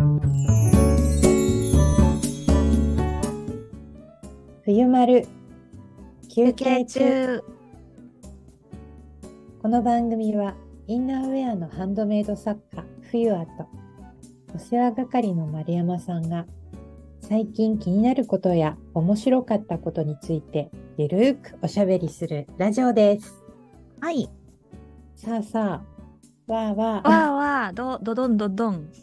冬丸休休憩憩中。 中。 この番組はインナーウェアのハンドメイド作家冬アとお世話係の丸山さんが最近気になることや面白かったことについてゆるーくおしゃべりするラジオです。 はい。 さあさあ、わーわわー、 ーわー、どどんどんどん。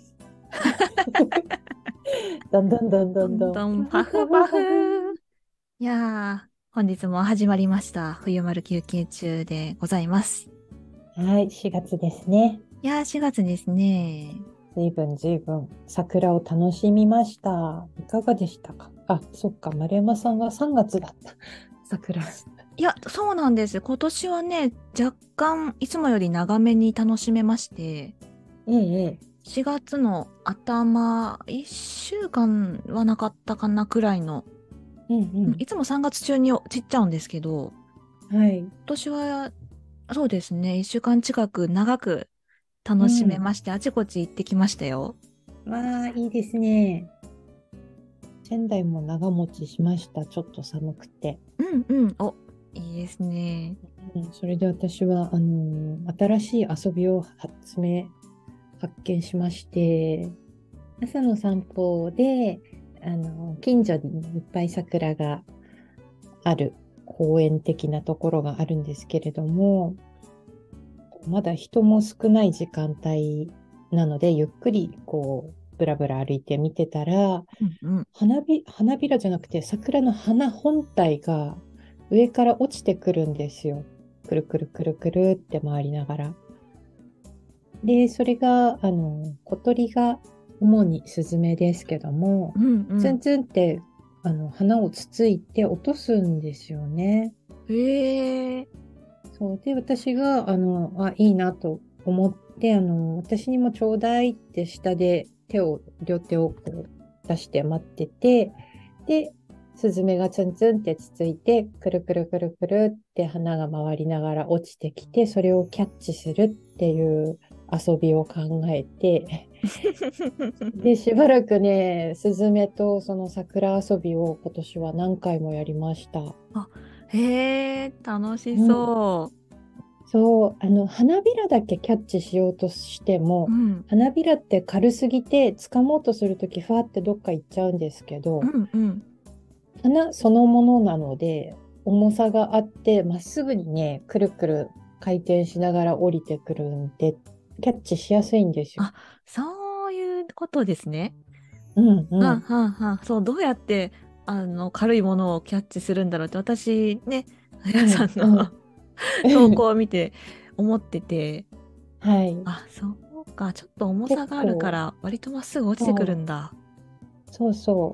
どんどんどんどどんどん、 んどん、 パフパフパパフパフ。 フ。 いやー、本日も始まりました。冬丸休憩中でございます。 はい、4月ですね。 いやー、4月ですね。 ずいぶん桜を楽しみました。いかがでしたか？あ、そっか、丸山さんは3月だった。桜。 いや、そうなんです。今年はね、若干いつもより長めに楽しめまして、 ええ、ええ。 4月の頭、1週間はなかったかなくらいの、 うんいつも3月中に散っちゃうんですけど、 うん。はい。 今年はそうですね。1週間近く長く楽しめうん。 まして、あちこち行ってきましたよ。 わあ、いいですね。仙台も長持ちしました。ちょっと寒くて。 うんうん。お、いいですね。 うん、それで私は、新しい遊びを発見しまして、朝の散歩で、近所にいっぱい桜がある公園的なところがあるんですけれども、まだ人も少ない時間帯なので、ゆっくりこう、ぶらぶら歩いて見てたら、 うんうん。 花びらじゃなくて桜の花本体が上から落ちてくるんですよ。くるくるくるくるって回りながら。で、それが、小鳥が主にスズメですけども、 うんうん。 ツンツンって、花をつついて落とすんですよね。 へえ。 そうで、私が、いいなと思って、私にもちょうだいって下で両手をこう出して待ってて、で、スズメがツンツンってつついて、くるくるくるくるって花が回りながら落ちてきて、それをキャッチするっていう遊びを考えて、で、しばらくね、スズメとその桜遊びを今年は何回もやりました。 あ、へえ、楽しうん。 そそう、花びらだけキャッチしようとしてう。うも、 ん花びらって軽すぎて、掴もうとするとき、ふわってどっか行っちゃうんですけうど、 んうん。 花そのものなので、重さがあって、まっすぐにね、くるくる回転しながら降りてくるんで、キャッチしやすいんですよ。 あ、そういうことですね。 うんうはんん。 はんはん。そう、どうやって軽いものをキャッチするんだろうって、私ね、皆さんうんうのん。 投稿を見て思ってて、 はい。 あ、そうか。ちょっと重結さがあるか構、 ら、割とまっすぐ落ちてくるそんだ。 そうそう。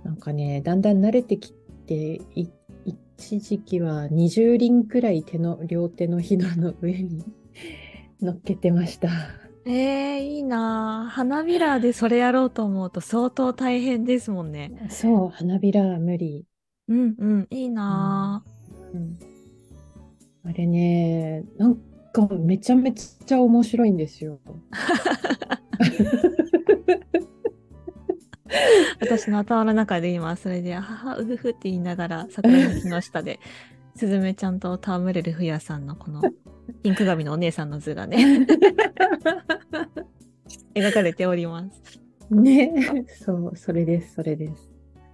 なんかね、だんだん慣れてきて、一時期は20輪くらい両手のひらの上に乗っけてました。 いいなあ。花びらでそれやろうと思うと相当大変ですもんね。 そう、花びらは無理。 うんうん、いいうん、 なうん、あれね、なんかめちゃめちゃ面白いんですよ。 あ。私の頭の中で今、それで、母うふふって言いながら、桜の木の下で、すずめちゃんと戯れるふやさんのこの、ピンク髪のお姉さんの図がね、描かれております。 ね、そう、それです、それです。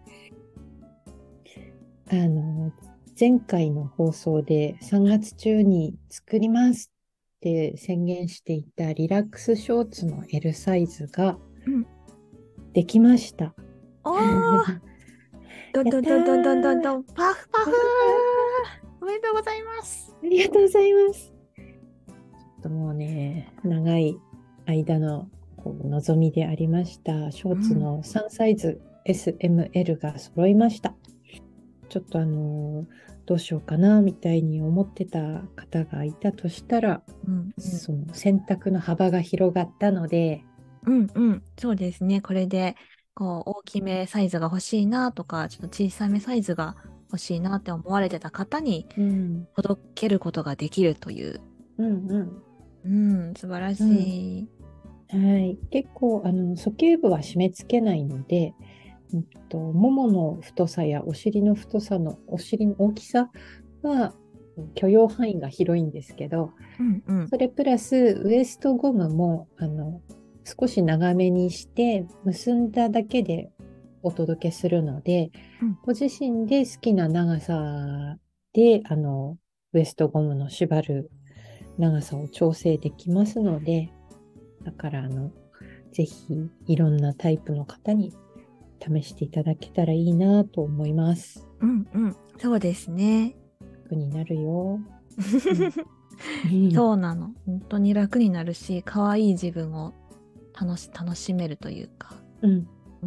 あの、前回の放送で3月中に作りますって宣言していたリラックスショーツの L サイズがうん。 できました。 おー、どんやったどんどんどんどんどんー。 どん、パフパフパフパー、おめでとうございます。 フ。ありがとうございます。もうね、長い間の望みでありましたショーツうん。 の3サイズ SML が揃いました。ちょっとどうしようかなみたいに思ってた方がいたとしたら、 うんうんその選択の幅が広がったので、 うんうん、そうですね。これで、大きめサイズが欲しいなとか、ちょっと小さめサイズが欲しいなって思われてた方にうん、 届けることができるという、 うんうんうん、素晴らうん、 しい。 はい。結構、鼠径部は締め付けないので、ももの太さやお尻の太さの、お尻の大きさは許容範囲が広いんですけど、 うんうん。 それプラスウエストゴムも少し長めにして結んだだけでお届けするので、 うん。 ご自身で好きな長さでウエストゴムの縛る長さを調整できますので、だからぜひいろんなタイプの方に試していただけたらいいなと思います。 うんうん。そうですね。 楽になるよ。うんそうなの。本当に楽になるし、可愛い自分を楽しめるというか、 うん、 うん、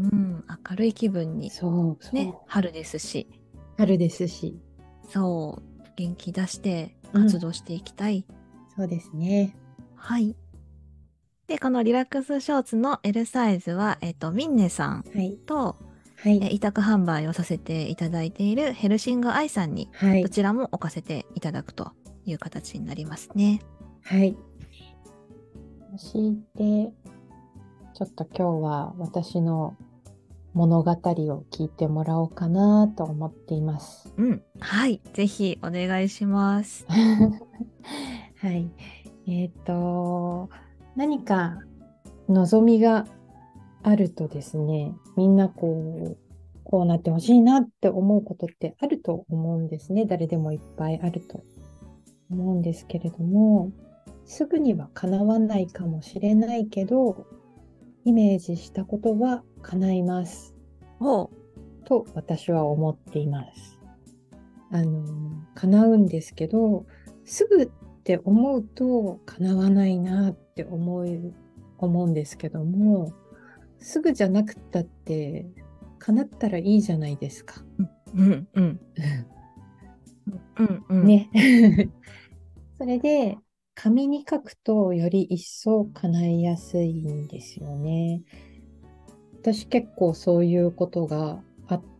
明るい気分に、 そうそね、 う。 春ですし、 春ですし。 そう、元気出してうん、 活動していきたい。 そうですね。 はい。で、このリラックスショーツの L サイズは、ミンネさんはい。 と、 はい。 委託販売をさせていただいているヘルシングアイさんに、 はい。 どちらも置かせていただくという形になりますね。 はい。そして、ちょっと今日は私の物語を聞いてもらおうかなと思っています。 うん。はい。ぜひお願いします。 はい。何か望みがあるとですね、みんなこうなってほしいなって思うことってあると思うんですね。誰でもいっぱいあると思うんですけれども、すぐには叶わないかもしれないけど、イメージしたことは叶いますほう。 と私は思っています。叶うんですけど、すぐって思うと叶わないなって思うんですけども、すぐじゃなくったって叶ったらいいじゃないですか。 うんうん。うんうん。 ね。それで、紙に書くとより一層叶いやすいんですよね。私結構そういうことがあって、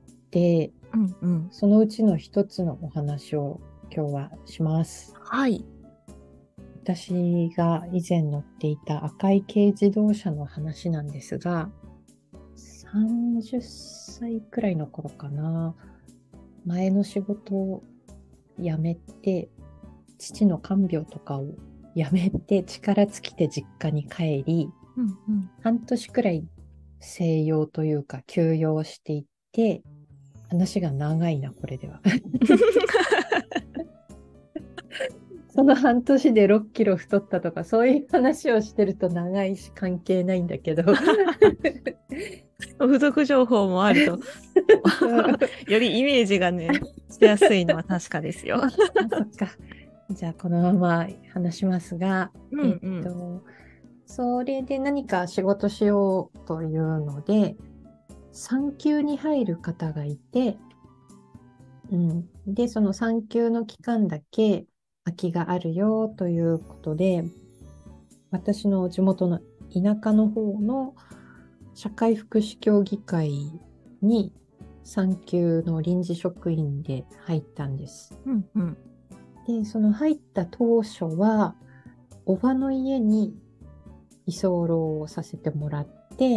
うんうん。 そのうちの一つのお話を今日はします。 はい。 私が以前乗っていた赤い軽自動車の話なんですが、30歳くらいの頃かな、前の仕事を辞めて、父の看病とかを辞めて、力尽きて実家に帰り、 うんうん。 半年くらい静養というか休養していって、話が長いな、これでは。その半年で6キロ太ったとか、そういう話をしてると長いし関係ないんだけど。 付属情報もあると、よりイメージがね、しやすいのは確かですよ。 そっか。じゃあ、このまま話しますが、 うんうん。 それで何か仕事しようというので、産休に入る方がいて、で、その産休の期間だけ空きがあるよということで、私の地元の田舎の方の社会福祉協議会に産休の臨時職員で入ったんです。 うんうん。 で、その入った当初は、おばの家に居候をさせてもらって、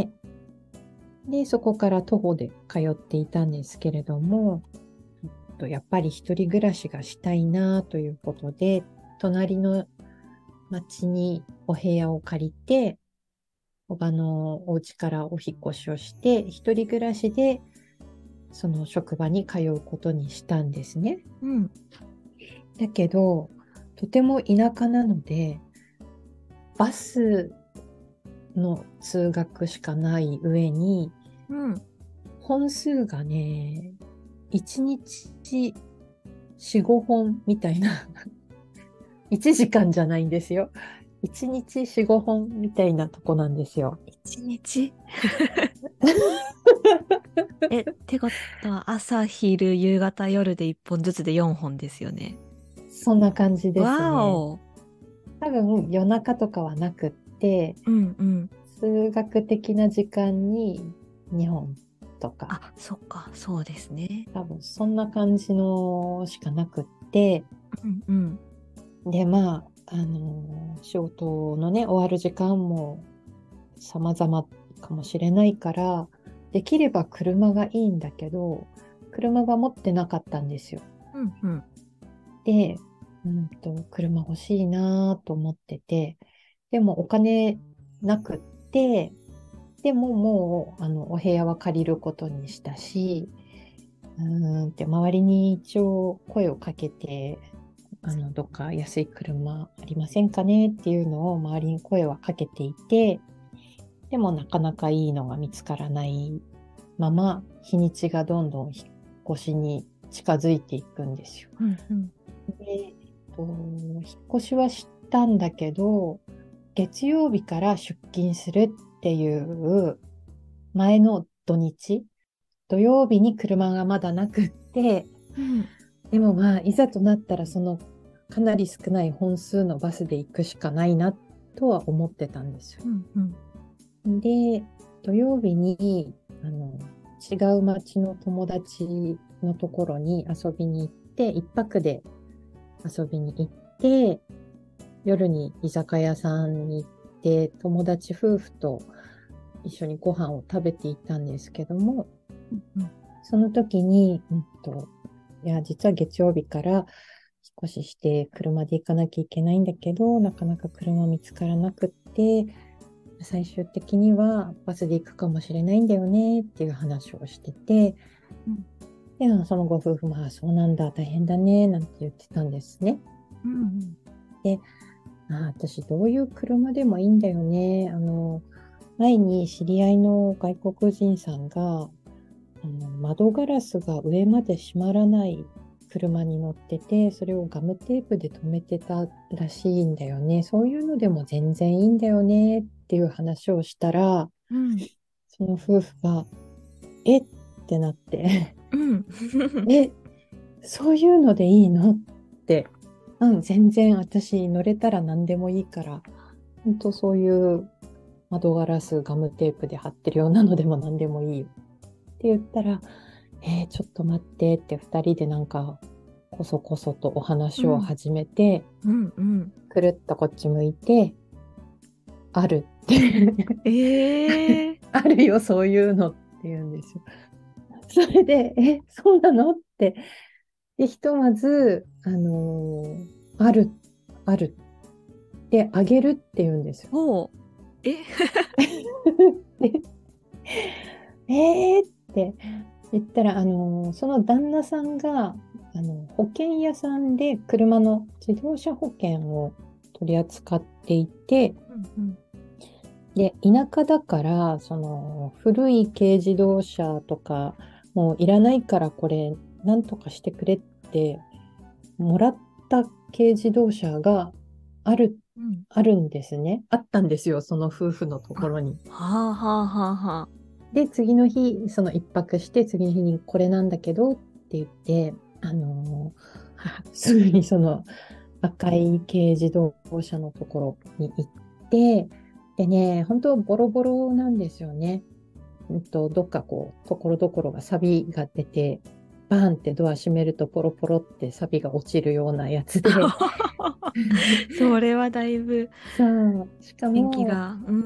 で、そこから徒歩で通っていたんですけれども、やっぱり一人暮らしがしたいなということで、隣の町にお部屋を借りて、おばのお家からお引っ越しをして、一人暮らしでその職場に通うことにしたんですね。 うん。 だけど、とても田舎なので、バスの通学しかない上に、 うん。 本数がね、1日4、5本みたいな、1時間じゃないんですよ。1日4、5本みたいなとこなんですよ。 一日ってことは朝、昼、夕方、夜で1本ずつで4本ですよね。 そんな感じですね。 わお。 多分夜中とかはなくって、 うんうん。 数学的な時間に2本とか、 あ、そっか、そうですね。 多分そんな感じのしかなくって、 うんうん。 で、まあ、仕事のね、終わる時間も様々かもしれないから、できれば車がいいんだけど、車が持ってなかったんですよ。 うんうん。 で、車欲しいなと思ってて、でもお金なくって、でももうお部屋は借りることにしたし、周りに一応声をかけて、どっか安い車ありませんかねっていうのを周りに声はかけていて、でもなかなかいいのが見つからないまま、日にちがどんどん引っ越しに近づいていくんですよ。 うんうん。 で、引っ越しはしたんだけど、月曜日から出勤するっていう前の土日、土曜日に車がまだなくって、 うんでもまあ、いざとなったらそのかなり少ない本数のバスで行くしかないなとは思ってたんですよ。 うんうんで、土曜日に違う町の友達のところに遊びに行って、一泊で遊びに行って、夜に居酒屋さんに行って、友達夫婦と一緒にご飯を食べていたんですけども、 うんその時に、いや、実は月曜日から引っ越しして車で行かなきゃいけないんだけど、なかなか車見つからなくって、最終的にはバスで行くかもしれないんだよねっていう話をしてて、 うんで、そのご夫婦も、そうなんだ、大変だね、なんて言ってたんですね。 うんで、私どういう車でもいいんだよね。前に知り合いの外国人さんが、窓ガラスが上まで閉まらない車に乗ってて、それをガムテープで留めてたらしいんだよね。そういうのでも全然いいんだよねっていう話をしたら、 うんその夫婦が、えってなって、 うんえ、そういうのでいいのって、全然私乗れたら何でもいいから、本当そういう窓ガラスガムテープで貼ってるようなのでも何でもいいよって言ったら、ちょっと待ってって2人でなんかこそこそとお話を始めて、 うんうんくるっとこっち向いて、あるってええあるよそういうのって言うんですよ。それで、そうなのって。で、ひとまず、ある、ある。で、あげるって言うんですよ。 おう。えでって言ったら、その旦那さんが、保険屋さんで車の自動車保険を取り扱っていて、 うんで、田舎だから、その古い軽自動車とか、もういらないからこれ、なんとかしてくれって、もらった軽自動車がある、 うんあるんですね。あったんですよ、その夫婦のところに。 はあはあはあはあ。 で、次の日、その一泊して、次の日にこれなんだけどって言って、すぐにその赤い軽自動車のところに行って、でね、本当ボロボロなんですよね。どっかこう、ところどころが錆が出て、バーンってドア閉めるとポロポロって錆が落ちるようなやつで、 それはだいぶそう、しかも、 天気が。うん。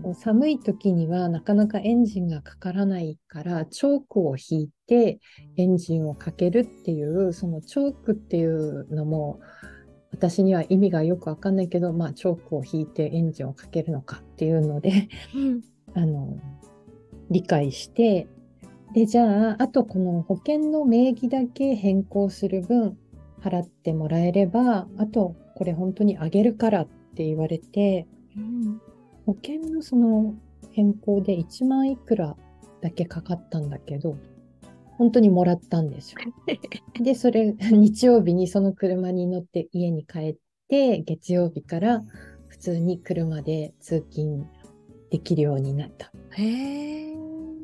寒い時にはなかなかエンジンがかからないから、チョークを引いてエンジンをかけるっていう、そのチョークっていうのも、私には意味がよくわかんないけど、まあ、チョークを引いてエンジンをかけるのかっていうので、 うん。 あの、理解して、で、じゃあ、あとこの保険の名義だけ変更する分払ってもらえれば、あとこれ本当にあげるからって言われて、 うん保険のその変更で1万いくらだけかかったんだけど、本当にもらったんですよ。で、それ、日曜日にその車に乗って家に帰って、月曜日から普通に車で通勤できるようになった。 へえ。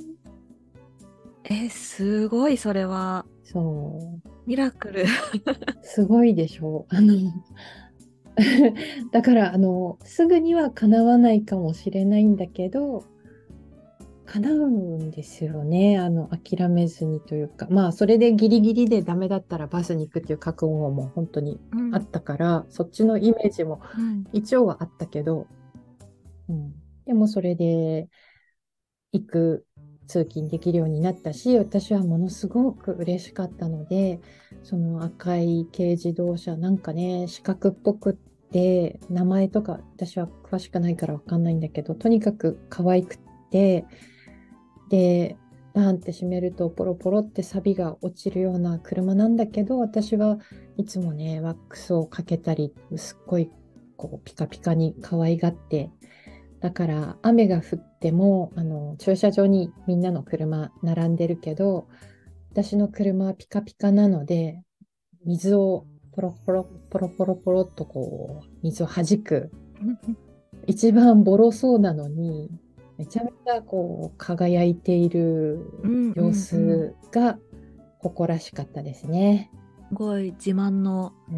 すごい、それは。 そう、 ミラクル。 すごいでしょう。だから、すぐには叶わないかもしれないんだけど、叶うんですよね。諦めずにというか、まあ、それでギリギリでダメだったらバスに行くっていう覚悟も本当にあっうん。 たから、そっちのイメージもうん。 一応はあったけど、 でもそれで行く通勤できるようになったし、私はものすごく嬉しかったので、その赤い軽自動車、なんかね、四角っぽくって、名前とか私は詳しくないからわかんないんだけど、とにかく可愛くって、で、バーンって閉めるとポロポロって錆びが落ちるような車なんだけど、私はいつもね、ワックスをかけたり、すっごいこうピカピカに可愛がって、だから雨が降っても駐車場にみんなの車並んでるけど、私の車はピカピカなので、水をポロポロポロポロポロっとこう水を弾く、一番ボロそうなのにめちゃめちゃこう輝いているうんう様んうん。 子が誇らしかったですね。 すごい自慢のうん、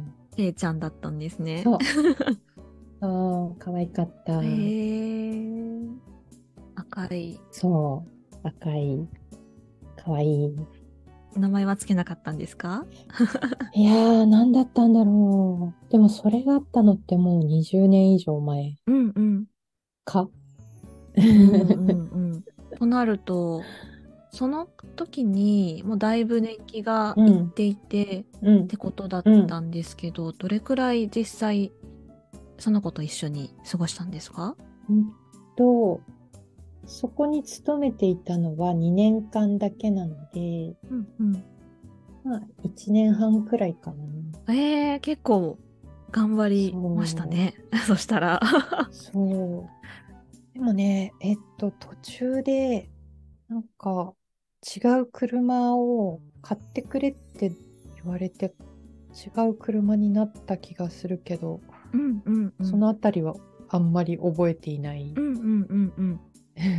けいちゃんだったんですね。 そうそう可愛かった。 へえ、赤い。 そう赤い可愛い。 名前はつけなかったんですか？ いやー、何だったんだろう。でもそれがあったのってもう20年以上前うんうん。 か。 うんうんうん。となると、その時にもうだいぶ年季がいっうん、 ていてうん、 ってことだっうん。 たんですけど、どれくらい実際その子と一緒に過ごしたんですか？ うんと、そこに勤めていたのは2年間だけなので、 うんうん。 まあ1年半くらいかな。 結構頑張りましたそう、 ね。そしたら。 そう。でもね、途中で、なんか、違う車を買ってくれって言われて、違う車になった気がするけど、 うんうんうそん。 のあたりはあんまり覚えていない。 うんうんうんうん。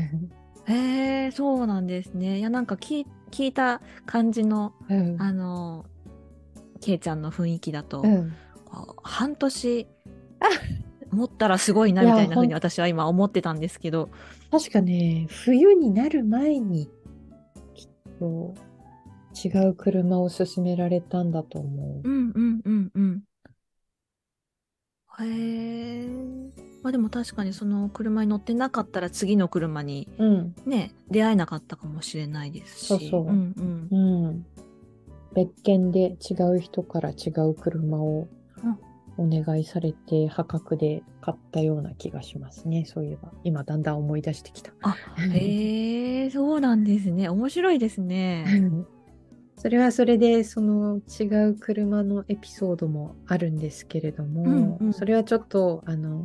そうなんですね。いや、なんか聞いた感じの、 うん、 あの、けいちゃんの雰囲気だと、 うん。 こう半年持ったらすごいなみたいや、 いな風に私は今思ってたんですけど。 確かね、冬になる前にこう違う車を勧められたんだと思うんうんうんうん。へえ。まあでも確かにその車に乗ってなかったら次の車にう。うん、 ね、出会えなかったかもしれないですし。うそうそんうん。 う。うん。別件で違う人から違う車をお願いされて破格で買ったような気がしますね。そういえば。今だんだん思い出してきた。 そうなんですね。面白いですね。 それはそれで、その違う車のエピソードもあるんですけれども、 うんうん。 それはちょっと、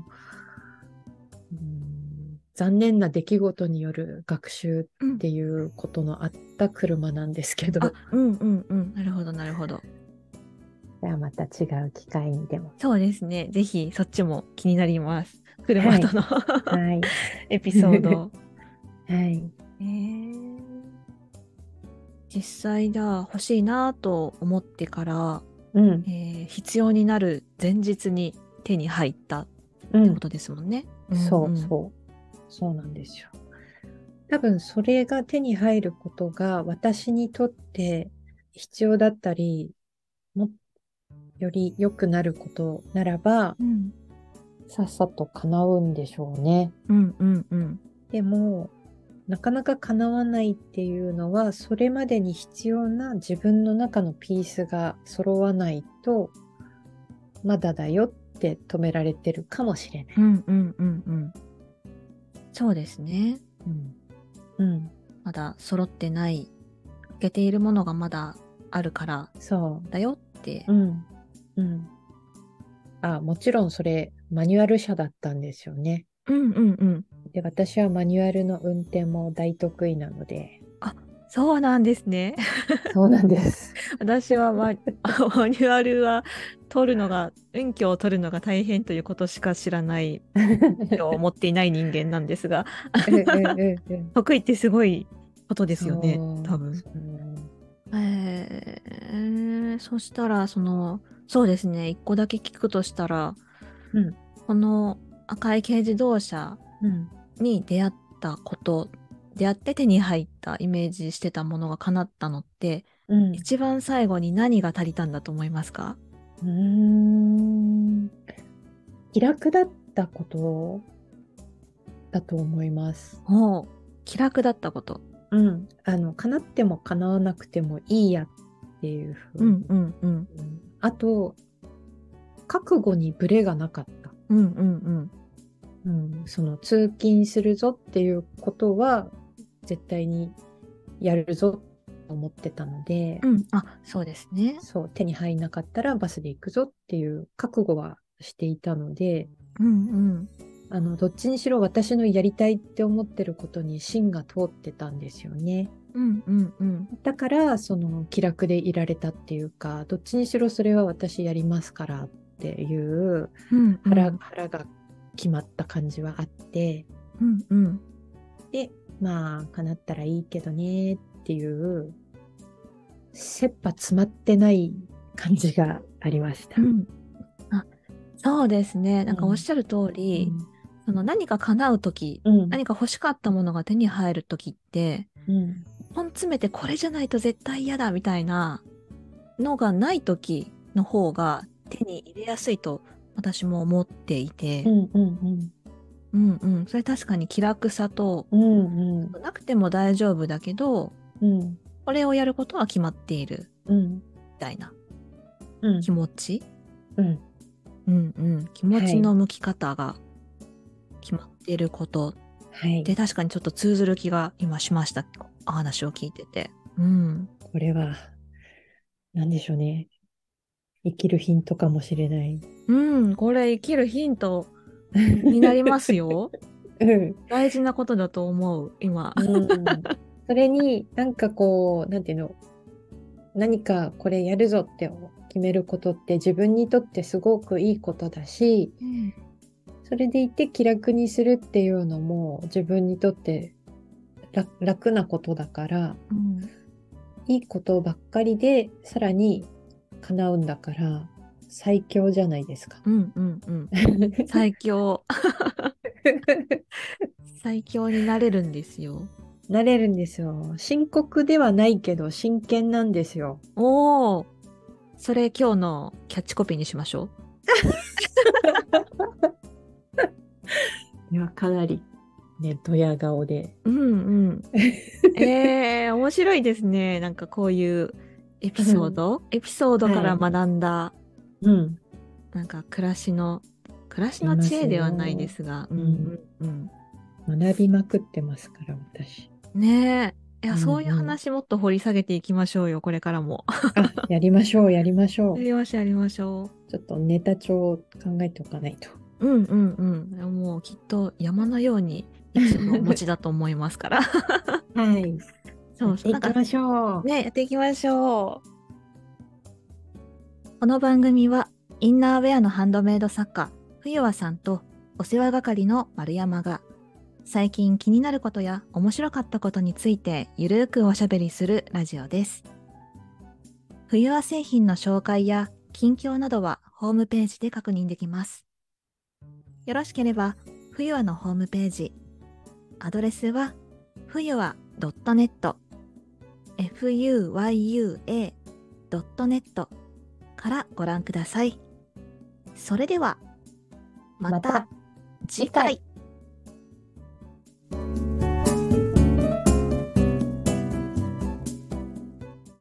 残念な出来事による学習っうん。 ていうことのあった車なんですけど、 うんうんうん。なるほどなるほど。 ではまた違う機会にでも。 そうですね。ぜひそっちも気になります。車はい。 とのはい。 エピソード。 はい。 えー実際欲しいなと思ってから、 うん。 必要になる前日に手に入ったっうん。 てことですもんね。うんそううん。 そう。そうなんですよ。多分それが手に入ることが私にとって必要だったり、もより良くなることならば、 うんさっさと叶うんでしょうね。 うんうんうん。 でも、なかなか叶わないっていうのは、それまでに必要な自分の中のピースが揃わないと、まだだよって止められてるかもしれない。 うんうんうんうん。そうですね。 うん。うん。 まだ揃ってない、欠けているものがまだあるからそだよって。 う。うん。うん。あ、もちろんそれ、マニュアル車だったんですよね。 うんうんうん。 で、私はマニュアルの運転も大得意なので、 あ、そうなんですね。 そうなんです。 私はマニュアルは取るのが、免許を取るのが大変ということしか知らないと思っていない人間なんですが、 うんうんうんうん。 得意ってすごいことですよね、多そう、 分。 そう。 そしたら、そうですね、一個だけ聞くとしたら、 うん、 この赤い軽自動車うん、 に出会ったこと、出会って手に入ったイメージしてたものが叶ったのって、 うん。 一番最後に何が足りたんだと思いますか？ うーん。気楽だったことたと思います。 おう、気楽だったこと。 うん。叶っても叶わなくてもいいやっていうふうに。 うんうんうん。 うんあと、覚悟にブレがなかった。 うんうんうん、その通勤するぞっていうことは絶対にやるぞと思ってたので、 うん。うん。あ、そうですね。 そう、手に入んなかったらバスで行くぞっていう覚悟はしていたので、 うんうん。 どっちにしろ私のやりたいって思ってることに芯が通ってたんですよね。 うんうんうん。 だから、その気楽でいられたっていうか、どっちにしろそれは私やりますからっていううんうん。 腹が決まった感じはあって、 うんうん。 で、まあ、叶ったらいいけどねっていう、切羽詰まってない感じがありました。 うん。あ、そうですね。なんかおっうん。 しゃる通り、 うん。 その何か叶うとき、 うん。 何か欲しかったものが手に入るときって、 うん。 根詰めてこれじゃないと絶対嫌だみたいなのがないときの方が手に入れやすいと私も思っていて、 うん。うん。 うんうん。それ確かに気楽さと、 うん。うん。 なくても大丈夫だけど、 うん。 これをやることは決まっているうん。 みたいなうん。 気持ち、 うん。 うんうん、気持はい。 ちの向き方が決まっていることはい。 で確かにちょっと通ずる気が今しました。お話を聞いてて。うん。 これは、なんでしょうね。生きるヒントかもしれない。 うん、これ生きるヒントになりますよ。 うん。 大事なことだと思う、今。 うん。それになんかこう、なんていうの、何かこれやるぞって決めることって自分にとってすごくいいことだし、 うん。 それでいて気楽にするっていうのも自分にとって楽なことだから、 うん。 いいことばっかりでさらに叶うんだから最強じゃないですか。 うんうんうん。最強。最強になれるんですよ。 なれるんですよ。深刻ではないけど真剣なんですよ。 おお、それ今日のキャッチコピーにしましょいや、かなりね、ドヤ顔で。 う。うんうん。面白いですね。なんかこういうエピソードからはい。 学んだ、 うん。 なんか暮らしの知います恵ではないでよ。 すが、うんうん。 うん学びまくってますから、私。 うん。ねえ。いや、 うんそういううん。 話もっと掘り下げていきましょうよ、これからも。 あ、やりましょう、やりましょう。 やりましょう、やりましょちょっとネタ帳考えておかないと。 う。うんうんうん。もうきっと山のようにエピソードをお持ちだと思いますから。 はい。やそうそう。なんかっていきましょう。 ね、やっていきましょう。この番組は、インナーウェアのハンドメイド作家、冬和さんとお世話係の丸山が、最近気になることや面白かったことについてゆるーくおしゃべりするラジオです。冬和製品の紹介や近況などはホームページで確認できます。よろしければ、冬和のホームページ、アドレスは、冬和 .net、fuyua.net からご覧ください。それでは、またまた次回。